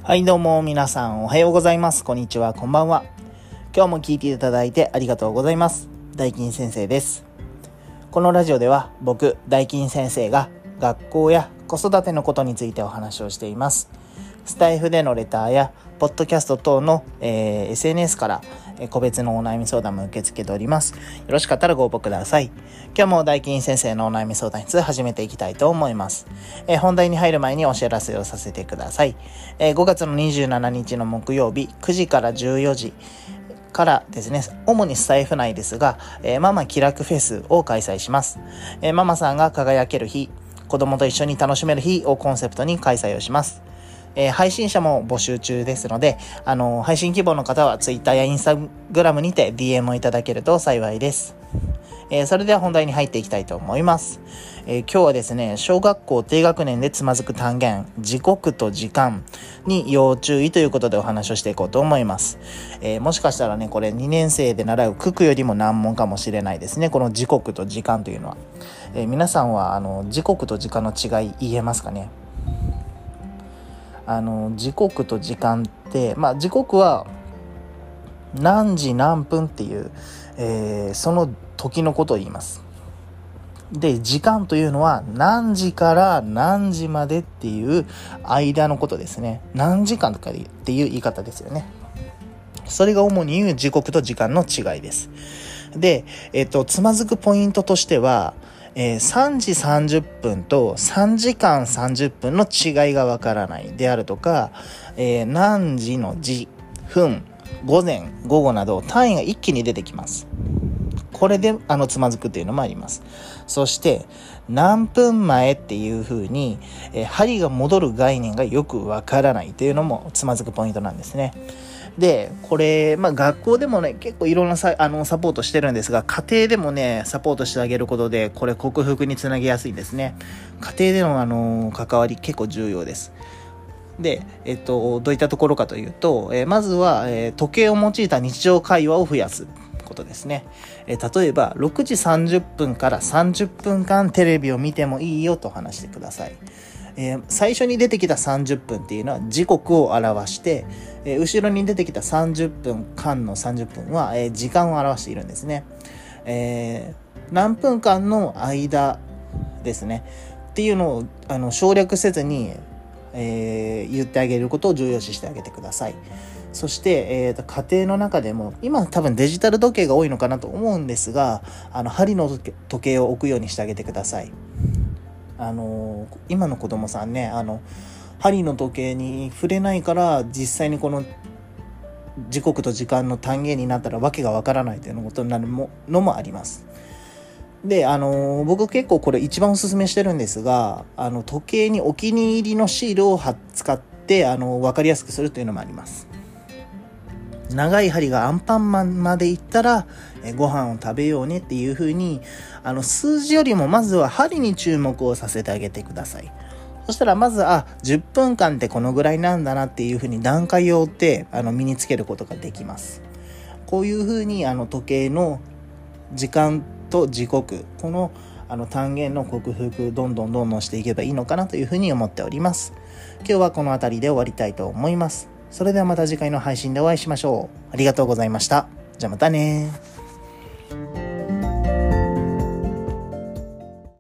はいどうも皆さんおはようございます。こんにちは、こんばんは。今日も聞いていただいてありがとうございます。大金先生です。このラジオでは僕大金先生が学校や子育てのことについてお話をしています。スタイフでのレターやポッドキャスト等の、SNS から個別のお悩み相談も受け付けております。よろしかったらご応募ください。今日も大金先生のお悩み相談室始めていきたいと思います。本題に入る前にお知らせをさせてください。5月の27日の木曜日9時から14時からですね、主にスタイフ内ですが、ママ気楽フェスを開催します。ママさんが輝ける日、子供と一緒に楽しめる日をコンセプトに開催をします。配信者も募集中ですので、配信希望の方は Twitter や Instagram にて DM をいただけると幸いです。それでは本題に入っていきたいと思います。今日はですね、小学校低学年でつまずく単元、時刻と時間に要注意ということでお話をしていこうと思います。もしかしたらね、これ2年生で習う九九よりも難問かもしれないですね。この時刻と時間というのは。皆さんは時刻と時間の違い言えますかね。時刻と時間って、時刻は何時何分っていう、その時のことを言います。で、時間というのは何時から何時までっていう間のことですね。何時間とかっていう言い方ですよね。それが主に言う時刻と時間の違いです。で、つまずくポイントとしては、3時30分と3時間30分の違いがわからないであるとか、何時の時、分、午前、午後など単位が一気に出てきます。これでつまずくっていうのもあります。そして何分前っていう風に、針が戻る概念がよくわからないっていうのもつまずくポイントなんですね。で、これ、学校でもね、結構いろんなサポートしてるんですが、家庭でもね、サポートしてあげることで、これ克服につなげやすいんですね。家庭での関わり結構重要です。で、どういったところかというと、まずは、時計を用いた日常会話を増やすことですね。例えば、6時30分から30分間テレビを見てもいいよと話してください。最初に出てきた30分っていうのは時刻を表して、後ろに出てきた30分間の30分は、時間を表しているんですね。何分間の間ですねっていうのを省略せずに、言ってあげることを重要視してあげてください。そして、家庭の中でも今多分デジタル時計が多いのかなと思うんですが、針の時計を置くようにしてあげてください。今の子供さんね、針の時計に触れないから実際にこの時刻と時間の単元になったらわけがわからないということになるのもあります。で、僕結構これ一番おすすめしてるんですが、時計にお気に入りのシールを使ってわかりやすくするというのもあります。長い針がアンパンマンまで行ったらご飯を食べようねっていう風に数字よりもまずは針に注目をさせてあげてください。そしたらまず10分間ってこのぐらいなんだなっていう風に段階を追って身につけることができます。こういう風に時計の時間と時刻、この単元の克服どんどんしていけばいいのかなという風に思っております。今日はこの辺りで終わりたいと思います。それではまた次回の配信でお会いしましょう。ありがとうございました。じゃあまたね。